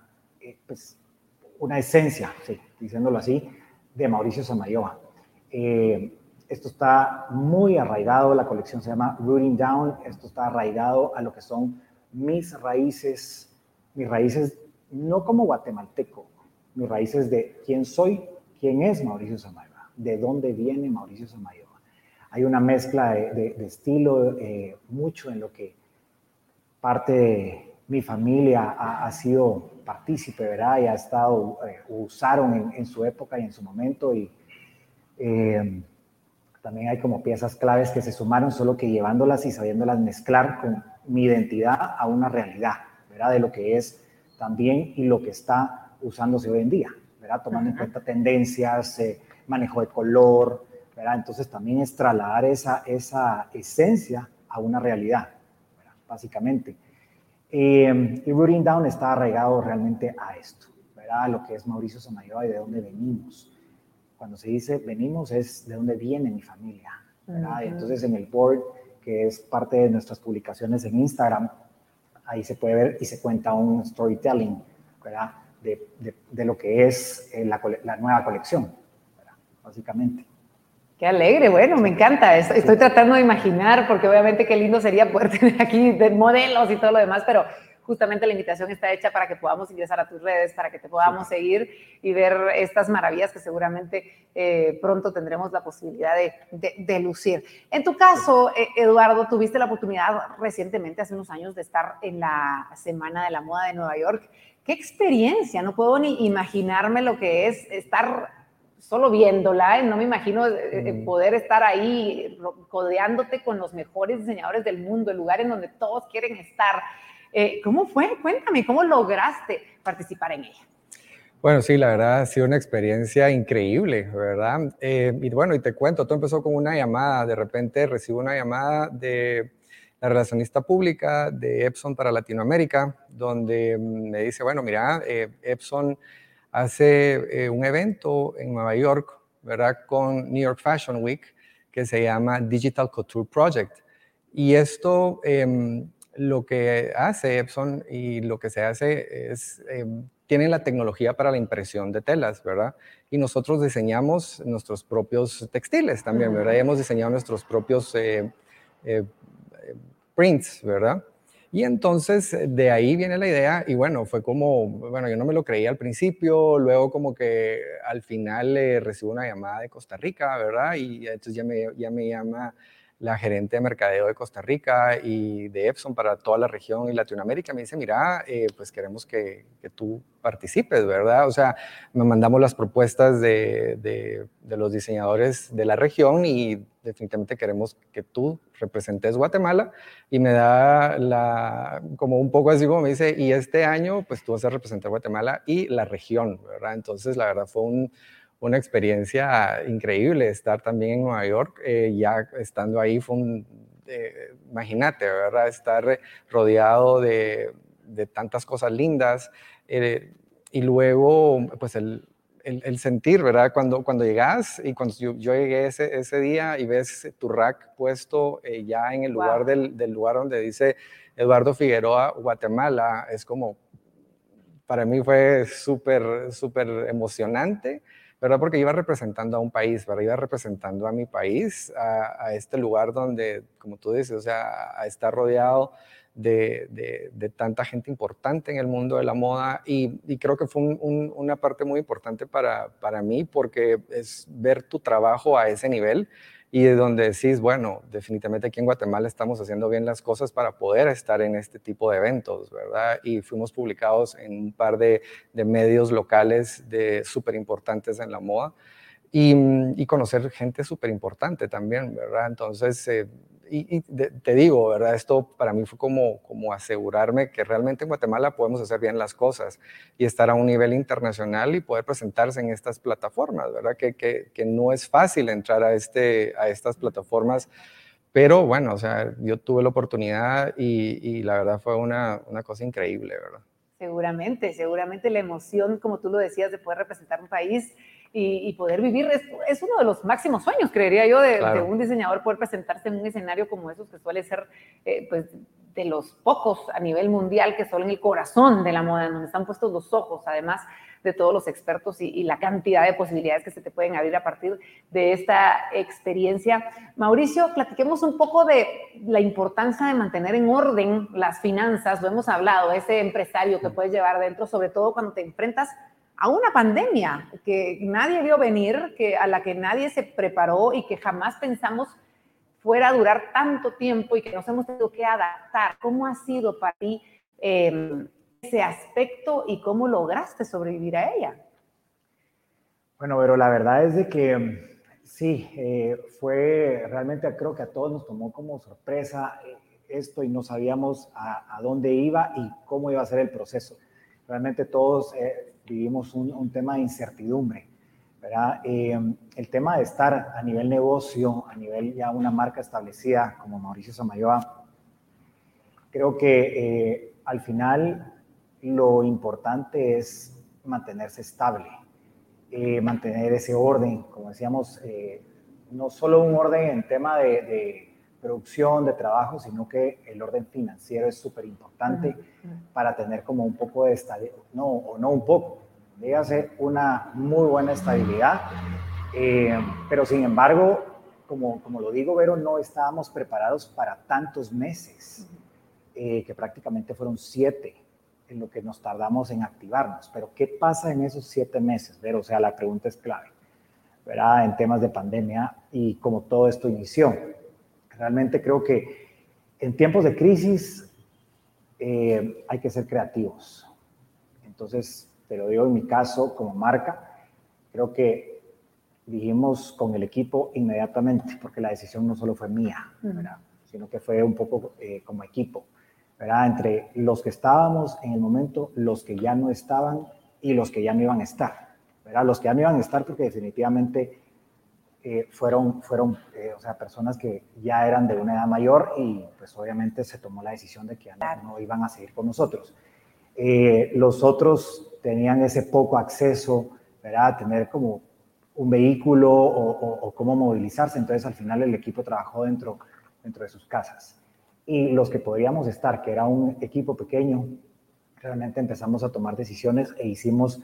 una esencia, sí, diciéndolo así, de Mauricio Samayoa. Esto está muy arraigado, la colección se llama Rooting Down, esto está arraigado a lo que son mis raíces no como guatemalteco, mis raíces de quién soy, quién es Mauricio Samayoa, de dónde viene Mauricio Samayoa. Hay una mezcla de estilo, mucho en lo que parte de mi familia ha sido partícipe, ¿verdad? Y ha estado, usaron en su época y en su momento, y también hay como piezas claves que se sumaron, solo que llevándolas y sabiéndolas mezclar con mi identidad a una realidad, ¿verdad? De lo que es también y lo que está usándose hoy en día, ¿verdad? Tomando en cuenta tendencias, manejo de color, ¿verdad? Entonces también es trasladar esa esencia a una realidad, ¿verdad? Básicamente. Y Rooting Down está arraigado realmente a esto, ¿verdad? A lo que es Mauricio Samayoa y de dónde venimos. Cuando se dice venimos es de dónde viene mi familia, ¿verdad? Y entonces en el board, que es parte de nuestras publicaciones en Instagram, ahí se puede ver y se cuenta un storytelling, ¿verdad? De lo que es la nueva colección, ¿verdad? Básicamente. Qué alegre, bueno, me encanta. Estoy tratando de imaginar, porque obviamente qué lindo sería poder tener aquí de modelos y todo lo demás, pero justamente la invitación está hecha para que podamos ingresar a tus redes, para que te podamos seguir y ver estas maravillas que seguramente pronto tendremos la posibilidad de lucir. En tu caso, Eduardo, tuviste la oportunidad recientemente, hace unos años, de estar en la Semana de la Moda de Nueva York. ¡Qué experiencia! No puedo ni imaginarme lo que es estar solo viéndola, no me imagino poder estar ahí codeándote con los mejores diseñadores del mundo, el lugar en donde todos quieren estar. ¿Cómo fue? Cuéntame, ¿cómo lograste participar en ella? Bueno, sí, la verdad ha sido una experiencia increíble, ¿verdad? Y bueno, y te cuento, todo empezó con una llamada. De repente recibo una llamada de la relacionista pública de Epson para Latinoamérica, donde me dice, bueno, mira, Epson hace un evento en Nueva York, ¿verdad? Con New York Fashion Week, que se llama Digital Couture Project. Y esto, lo que hace Epson y lo que se hace es, tienen la tecnología para la impresión de telas, ¿verdad? Y nosotros diseñamos nuestros propios textiles también, ¿verdad? Y hemos diseñado nuestros propios prints, ¿verdad? Y entonces de ahí viene la idea y bueno, fue como, bueno, yo no me lo creía al principio, luego como que al final recibo una llamada de Costa Rica, ¿verdad? Y entonces ya me llama la gerente de mercadeo de Costa Rica y de Epson para toda la región y Latinoamérica. Me dice, mira, pues queremos que tú participes, ¿verdad? O sea, me mandamos las propuestas de los diseñadores de la región y definitivamente queremos que tú representes Guatemala. Y me da como un poco así como me dice, y este año pues tú vas a representar Guatemala y la región, ¿verdad? Entonces la verdad fue una experiencia increíble estar también en Nueva York, ya estando ahí fue imagínate, ¿verdad? Estar rodeado de tantas cosas lindas y luego pues el sentir, ¿verdad? Cuando llegas y cuando yo llegué ese día y ves tu rack puesto ya en el lugar del lugar donde dice Eduardo Figueroa, Guatemala, es como, para mí fue súper, súper emocionante, ¿verdad? Porque iba representando a un país, ¿verdad? Iba representando a mi país, a este lugar donde, como tú dices, o sea, a estar rodeado de tanta gente importante en el mundo de la moda y creo que fue una parte muy importante para mí porque es ver tu trabajo a ese nivel y de donde decís, bueno, definitivamente aquí en Guatemala estamos haciendo bien las cosas para poder estar en este tipo de eventos, ¿verdad? Y fuimos publicados en un par de medios locales súper importantes en la moda y conocer gente súper importante también, ¿verdad? Entonces, te digo, ¿verdad? Esto para mí fue como asegurarme que realmente en Guatemala podemos hacer bien las cosas y estar a un nivel internacional y poder presentarse en estas plataformas, ¿verdad? Que no es fácil entrar a estas plataformas, pero bueno, o sea, yo tuve la oportunidad y la verdad fue una cosa increíble, ¿verdad? Seguramente la emoción, como tú lo decías, de poder representar un país y poder vivir, es uno de los máximos sueños, creería yo, de un diseñador, poder presentarse en un escenario como esos, que suele ser pues, de los pocos a nivel mundial que son en el corazón de la moda, en donde están puestos los ojos, además de todos los expertos y la cantidad de posibilidades que se te pueden abrir a partir de esta experiencia. Mauricio, platiquemos un poco de la importancia de mantener en orden las finanzas, lo hemos hablado, ese empresario que puedes llevar dentro, sobre todo cuando te enfrentas a una pandemia que nadie vio venir, a la que nadie se preparó y que jamás pensamos fuera a durar tanto tiempo y que nos hemos tenido que adaptar. ¿Cómo ha sido para ti ese aspecto y cómo lograste sobrevivir a ella? Bueno, pero la verdad es de que sí, fue realmente, creo que a todos nos tomó como sorpresa esto y no sabíamos a dónde iba y cómo iba a ser el proceso. Realmente todos vivimos un tema de incertidumbre, ¿verdad? El tema de estar a nivel negocio, a nivel ya una marca establecida como Mauricio Samayoa, creo que al final lo importante es mantenerse estable, mantener ese orden, como decíamos, no solo un orden en tema de producción, de trabajo, sino que el orden financiero es súper importante para tener como un poco de estabilidad, no un poco, dígase una muy buena estabilidad, pero sin embargo, como lo digo, Vero, no estábamos preparados para tantos meses. que prácticamente fueron 7 en lo que nos tardamos en activarnos. Pero ¿qué pasa en esos 7 meses? O sea, la pregunta es clave, ¿verdad? En temas de pandemia y cómo todo esto inició. Realmente creo que en tiempos de crisis hay que ser creativos. Entonces, te lo digo en mi caso como marca, creo que dijimos con el equipo inmediatamente, porque la decisión no solo fue mía, ¿verdad? Sino que fue un poco como equipo, ¿verdad? Entre los que estábamos en el momento, los que ya no estaban y los que ya no iban a estar, ¿verdad? Los que ya no iban a estar porque definitivamente fueron o sea, personas que ya eran de una edad mayor y pues obviamente se tomó la decisión de que ya no iban a seguir con nosotros. Los otros tenían ese poco acceso, ¿verdad? Tener como un vehículo o cómo movilizarse, entonces al final el equipo trabajó dentro de sus casas. Y los que podíamos estar, que era un equipo pequeño, realmente empezamos a tomar decisiones e hicimos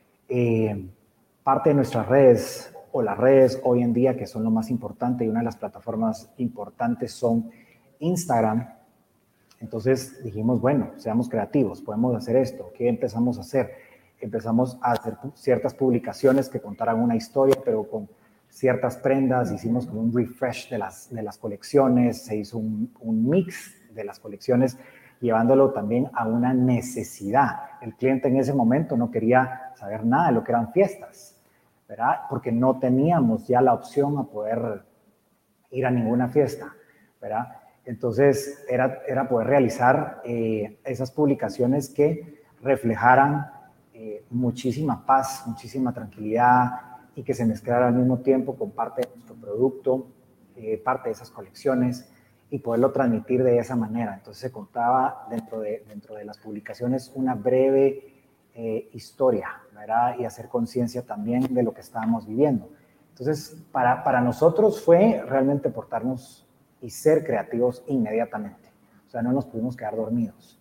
parte de nuestras redes, o las redes hoy en día que son lo más importante, y una de las plataformas importantes son Instagram. Entonces dijimos, bueno, seamos creativos, podemos hacer esto. ¿Qué empezamos a hacer? Empezamos a hacer ciertas publicaciones que contaran una historia, pero con ciertas prendas. Hicimos como un refresh de las colecciones, se hizo un mix de las colecciones, llevándolo también a una necesidad. El cliente en ese momento no quería saber nada de lo que eran fiestas, ¿verdad? Porque no teníamos ya la opción a poder ir a ninguna fiesta, ¿verdad? Entonces era poder realizar esas publicaciones que reflejaran muchísima paz, muchísima tranquilidad y que se mezclara al mismo tiempo con parte de nuestro producto, parte de esas colecciones y poderlo transmitir de esa manera. Entonces se contaba dentro de las publicaciones una breve historia, ¿verdad? Y hacer conciencia también de lo que estábamos viviendo. Entonces, para nosotros fue realmente portarnos y ser creativos inmediatamente. O sea, no nos pudimos quedar dormidos.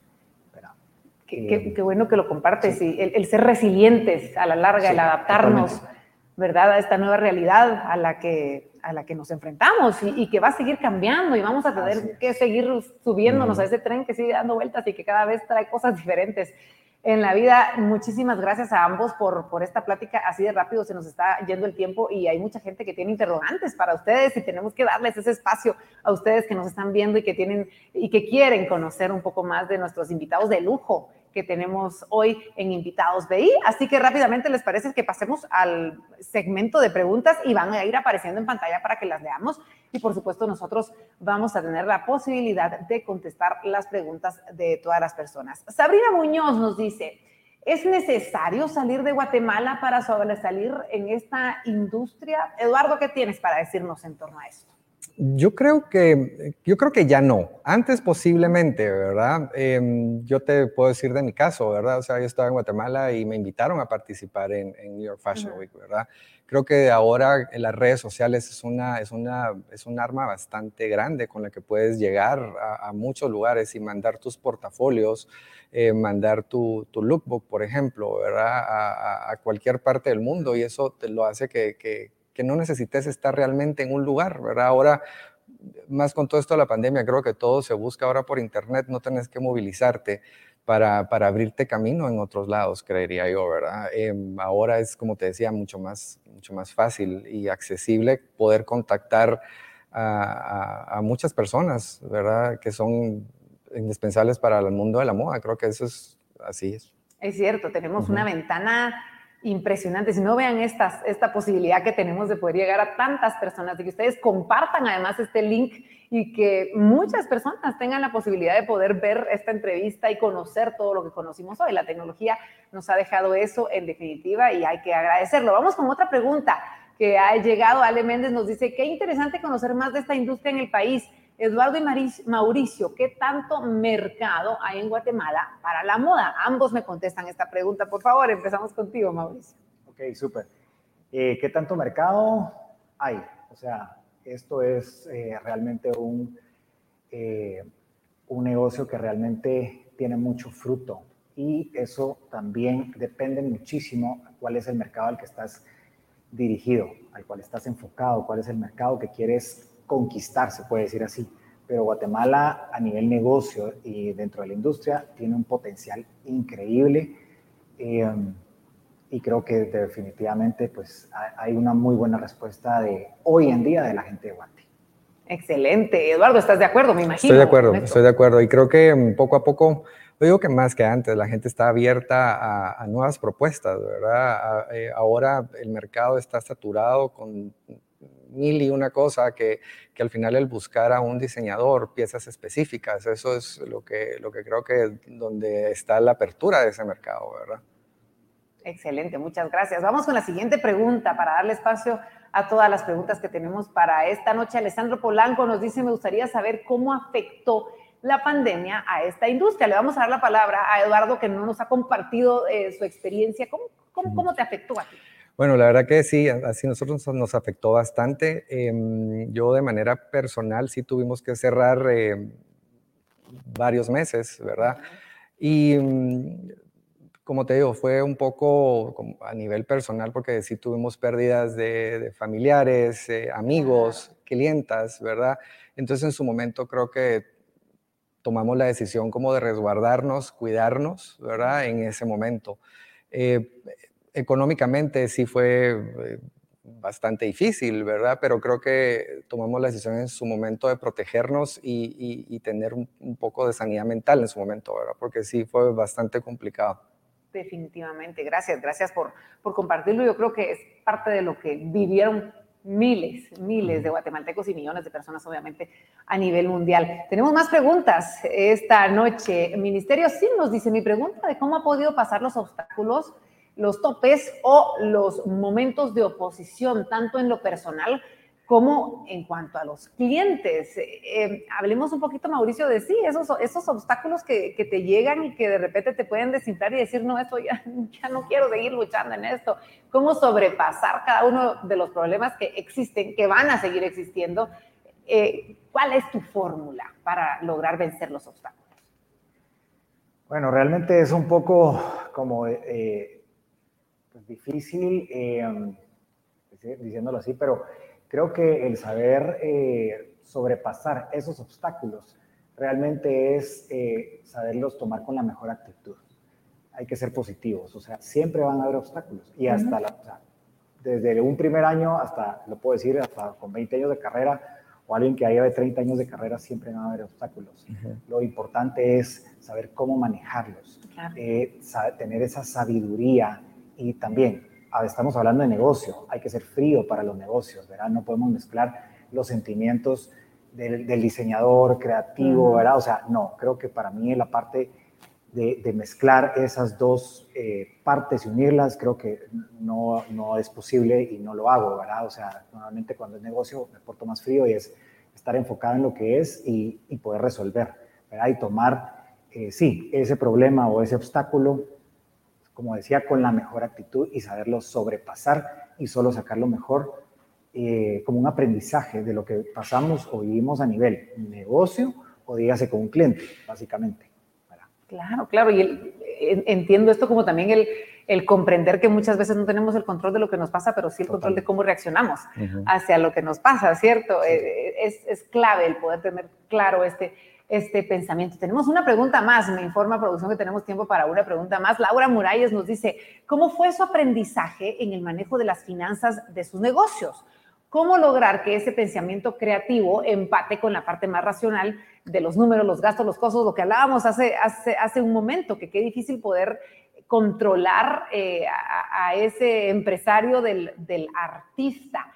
Qué bueno que lo compartes. Sí. Y el ser resilientes a la larga, sí, el adaptarnos, totalmente, ¿verdad? A esta nueva realidad a la que nos enfrentamos y que va a seguir cambiando y vamos a tener que seguir subiéndonos a ese tren que sigue dando vueltas y que cada vez trae cosas diferentes en la vida. Muchísimas gracias a ambos por esta plática. Así de rápido se nos está yendo el tiempo y hay mucha gente que tiene interrogantes para ustedes y tenemos que darles ese espacio a ustedes que nos están viendo y que quieren conocer un poco más de nuestros invitados de lujo que tenemos hoy en Invitados BI. Así que rápidamente, ¿les parece que pasemos al segmento de preguntas y van a ir apareciendo en pantalla para que las leamos? Y por supuesto nosotros vamos a tener la posibilidad de contestar las preguntas de todas las personas. Sabrina Muñoz nos dice, ¿es necesario salir de Guatemala para sobresalir en esta industria? Eduardo, ¿qué tienes para decirnos en torno a esto? Yo creo que ya no. Antes posiblemente, ¿verdad? Yo te puedo decir de mi caso, ¿verdad? O sea, yo estaba en Guatemala y me invitaron a participar en New York Fashion Week, ¿verdad? Creo que ahora en las redes sociales es un arma bastante grande con la que puedes llegar a muchos lugares y mandar tus portafolios, mandar tu lookbook, por ejemplo, ¿verdad? A cualquier parte del mundo, y eso te lo hace que no necesites estar realmente en un lugar, ¿verdad? Ahora, más con todo esto de la pandemia, creo que todo se busca ahora por internet, no tenés que movilizarte para abrirte camino en otros lados, creería yo, ¿verdad? Ahora es, como te decía, mucho más fácil y accesible poder contactar a muchas personas, ¿verdad? Que son indispensables para el mundo de la moda. Creo que eso es así. Es cierto, tenemos una ventana impresionante. Si no, vean esta posibilidad que tenemos de poder llegar a tantas personas, de que ustedes compartan además este link y que muchas personas tengan la posibilidad de poder ver esta entrevista y conocer todo lo que conocimos hoy. La tecnología nos ha dejado eso en definitiva y hay que agradecerlo. Vamos con otra pregunta que ha llegado. Ale Méndez nos dice, qué interesante conocer más de esta industria en el país. Eduardo y Mauricio, ¿qué tanto mercado hay en Guatemala para la moda? Ambos me contestan esta pregunta, por favor. Empezamos contigo, Mauricio. Ok, súper. ¿Qué tanto mercado hay? O sea, esto es realmente un negocio que realmente tiene mucho fruto y eso también depende muchísimo a cuál es el mercado al que estás dirigido, al cual estás enfocado, cuál es el mercado que quieres conquistar, se puede decir así, pero Guatemala a nivel negocio y dentro de la industria tiene un potencial increíble y creo que definitivamente pues, hay una muy buena respuesta de hoy en día de la gente de Guate. Excelente. Eduardo, ¿estás de acuerdo? Me imagino. Estoy de acuerdo. Y creo que poco a poco, yo digo que más que antes, la gente está abierta a nuevas propuestas, ¿verdad? Ahora el mercado está saturado con mil y una cosa que al final el buscar a un diseñador piezas específicas, eso es lo que creo que donde está la apertura de ese mercado, ¿verdad? Excelente, muchas gracias. Vamos con la siguiente pregunta para darle espacio a todas las preguntas que tenemos para esta noche. Alessandro Polanco nos dice, me gustaría saber cómo afectó la pandemia a esta industria. Le vamos a dar la palabra a Eduardo, que no nos ha compartido su experiencia. ¿Cómo te afectó a ti? Bueno, la verdad que sí, así nosotros nos afectó bastante. Yo de manera personal sí tuvimos que cerrar varios meses, ¿verdad? Y como te digo, fue un poco a nivel personal porque sí tuvimos pérdidas de familiares, amigos, clientas, ¿verdad? Entonces en su momento creo que tomamos la decisión como de resguardarnos, cuidarnos, ¿verdad? En ese momento. Económicamente sí fue bastante difícil, ¿verdad? Pero creo que tomamos la decisión en su momento de protegernos y tener un poco de sanidad mental en su momento, ¿verdad? Porque sí fue bastante complicado. Definitivamente, gracias por compartirlo. Yo creo que es parte de lo que vivieron miles de guatemaltecos y millones de personas, obviamente, a nivel mundial. Tenemos más preguntas esta noche. Ministerio sí nos dice, mi pregunta de cómo ha podido pasar los obstáculos, los topes o los momentos de oposición, tanto en lo personal como en cuanto a los clientes. Hablemos un poquito, Mauricio, de sí, esos obstáculos que te llegan y que de repente te pueden desinflar y decir, no, esto ya no quiero seguir luchando en esto. ¿Cómo sobrepasar cada uno de los problemas que existen, que van a seguir existiendo? ¿Cuál es tu fórmula para lograr vencer los obstáculos? Bueno, realmente es un poco como pues difícil, diciéndolo así, pero creo que el saber sobrepasar esos obstáculos realmente es saberlos tomar con la mejor actitud. Hay que ser positivos, o sea, siempre van a haber obstáculos. Y hasta o sea, desde un primer año hasta, lo puedo decir, hasta con 20 años de carrera, o alguien que lleve 30 años de carrera, siempre van a haber obstáculos. Lo importante es saber cómo manejarlos, claro. Tener esa sabiduría y también, estamos hablando de negocio, hay que ser frío para los negocios, ¿verdad? No podemos mezclar los sentimientos del diseñador creativo, ¿verdad? O sea, no, creo que para mí la parte de mezclar esas dos partes y unirlas, creo que no es posible y no lo hago, ¿verdad? O sea, normalmente cuando es negocio me porto más frío y es estar enfocado en lo que es y poder resolver, ¿verdad? Y tomar, sí, ese problema o ese obstáculo, como decía, con la mejor actitud y saberlo sobrepasar y solo sacar lo mejor como un aprendizaje de lo que pasamos o vivimos a nivel negocio o dígase con un cliente, básicamente. Claro, y entiendo esto como también el comprender que muchas veces no tenemos el control de lo que nos pasa, pero sí el control de cómo reaccionamos hacia lo que nos pasa, ¿cierto? Sí. Es clave el poder tener claro este pensamiento. Tenemos una pregunta más, me informa producción que tenemos tiempo para una pregunta más. Laura Muralles nos dice, ¿cómo fue su aprendizaje en el manejo de las finanzas de sus negocios? ¿Cómo lograr que ese pensamiento creativo empate con la parte más racional de los números, los gastos, los costos, lo que hablábamos hace un momento, que qué difícil poder controlar a ese empresario del artista?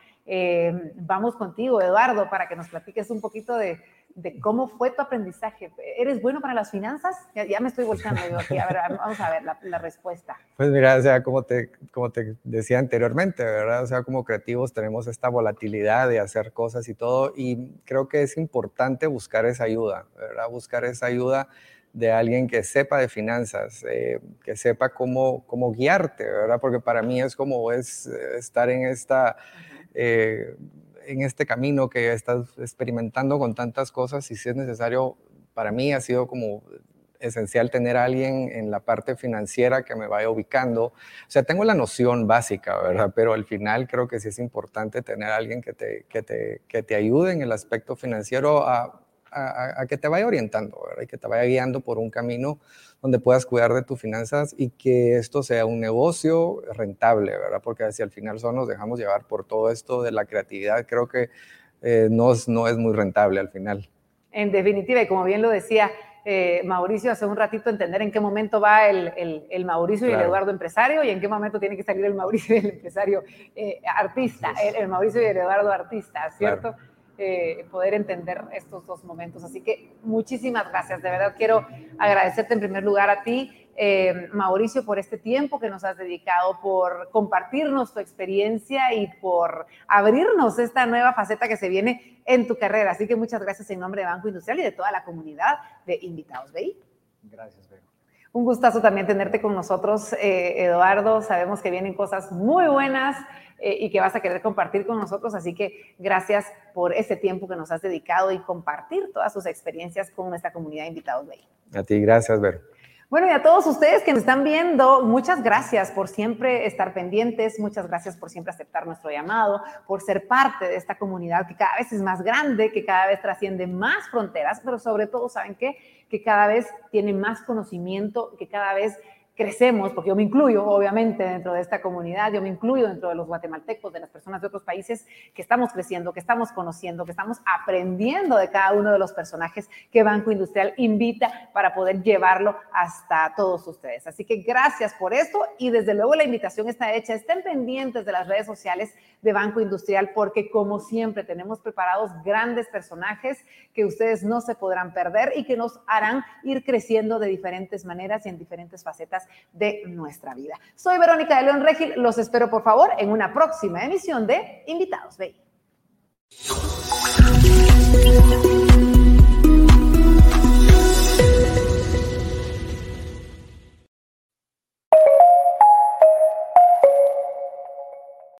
Vamos contigo, Eduardo, para que nos platiques un poquito de cómo fue tu aprendizaje. ¿Eres bueno para las finanzas? Ya me estoy volcando yo aquí. A ver, vamos a ver la respuesta. Pues mira, o sea, como te decía anteriormente, ¿verdad? O sea, como creativos tenemos esta volatilidad de hacer cosas y todo, y creo que es importante buscar esa ayuda, ¿verdad? Buscar esa ayuda de alguien que sepa de finanzas, que sepa cómo guiarte, ¿verdad? Porque para mí es como estar en en este camino que estás experimentando con tantas cosas y si es necesario, para mí ha sido como esencial tener a alguien en la parte financiera que me vaya ubicando. O sea, tengo la noción básica, ¿verdad? Pero al final creo que sí es importante tener a alguien que te ayude en el aspecto financiero a a que te vaya orientando, ¿verdad? Y que te vaya guiando por un camino donde puedas cuidar de tus finanzas y que esto sea un negocio rentable, ¿verdad? Porque si al final solo nos dejamos llevar por todo esto de la creatividad, creo que no es muy rentable al final. En definitiva, y como bien lo decía Mauricio hace un ratito, entender en qué momento va el Mauricio y el Eduardo empresario y en qué momento tiene que salir el Mauricio y el empresario artista, el Mauricio y el Eduardo artista, ¿cierto? Claro. Poder entender estos dos momentos. Así que muchísimas gracias. De verdad quiero agradecerte en primer lugar a ti, Mauricio, por este tiempo que nos has dedicado, por compartirnos tu experiencia y por abrirnos esta nueva faceta que se viene en tu carrera. Así que muchas gracias en nombre de Banco Industrial y de toda la comunidad de Invitados BI. Gracias, Vero. Un gustazo también tenerte con nosotros, Eduardo. Sabemos que vienen cosas muy buenas y que vas a querer compartir con nosotros, así que gracias por este tiempo que nos has dedicado y compartir todas tus experiencias con nuestra comunidad de Invitados BI. A ti, gracias, Vero. Bueno, y a todos ustedes que nos están viendo, muchas gracias por siempre estar pendientes, muchas gracias por siempre aceptar nuestro llamado, por ser parte de esta comunidad que cada vez es más grande, que cada vez trasciende más fronteras, pero sobre todo, ¿saben qué? Que cada vez tiene más conocimiento, que cada vez crecemos, porque yo me incluyo obviamente dentro de esta comunidad, yo me incluyo dentro de los guatemaltecos, de las personas de otros países que estamos creciendo, que estamos conociendo, que estamos aprendiendo de cada uno de los personajes que Banco Industrial invita para poder llevarlo hasta todos ustedes. Así que gracias por esto y desde luego la invitación está hecha. Estén pendientes de las redes sociales de Banco Industrial porque como siempre tenemos preparados grandes personajes que ustedes no se podrán perder y que nos harán ir creciendo de diferentes maneras y en diferentes facetas de nuestra vida. Soy Verónica de León Regil, los espero por favor en una próxima emisión de Invitados BI.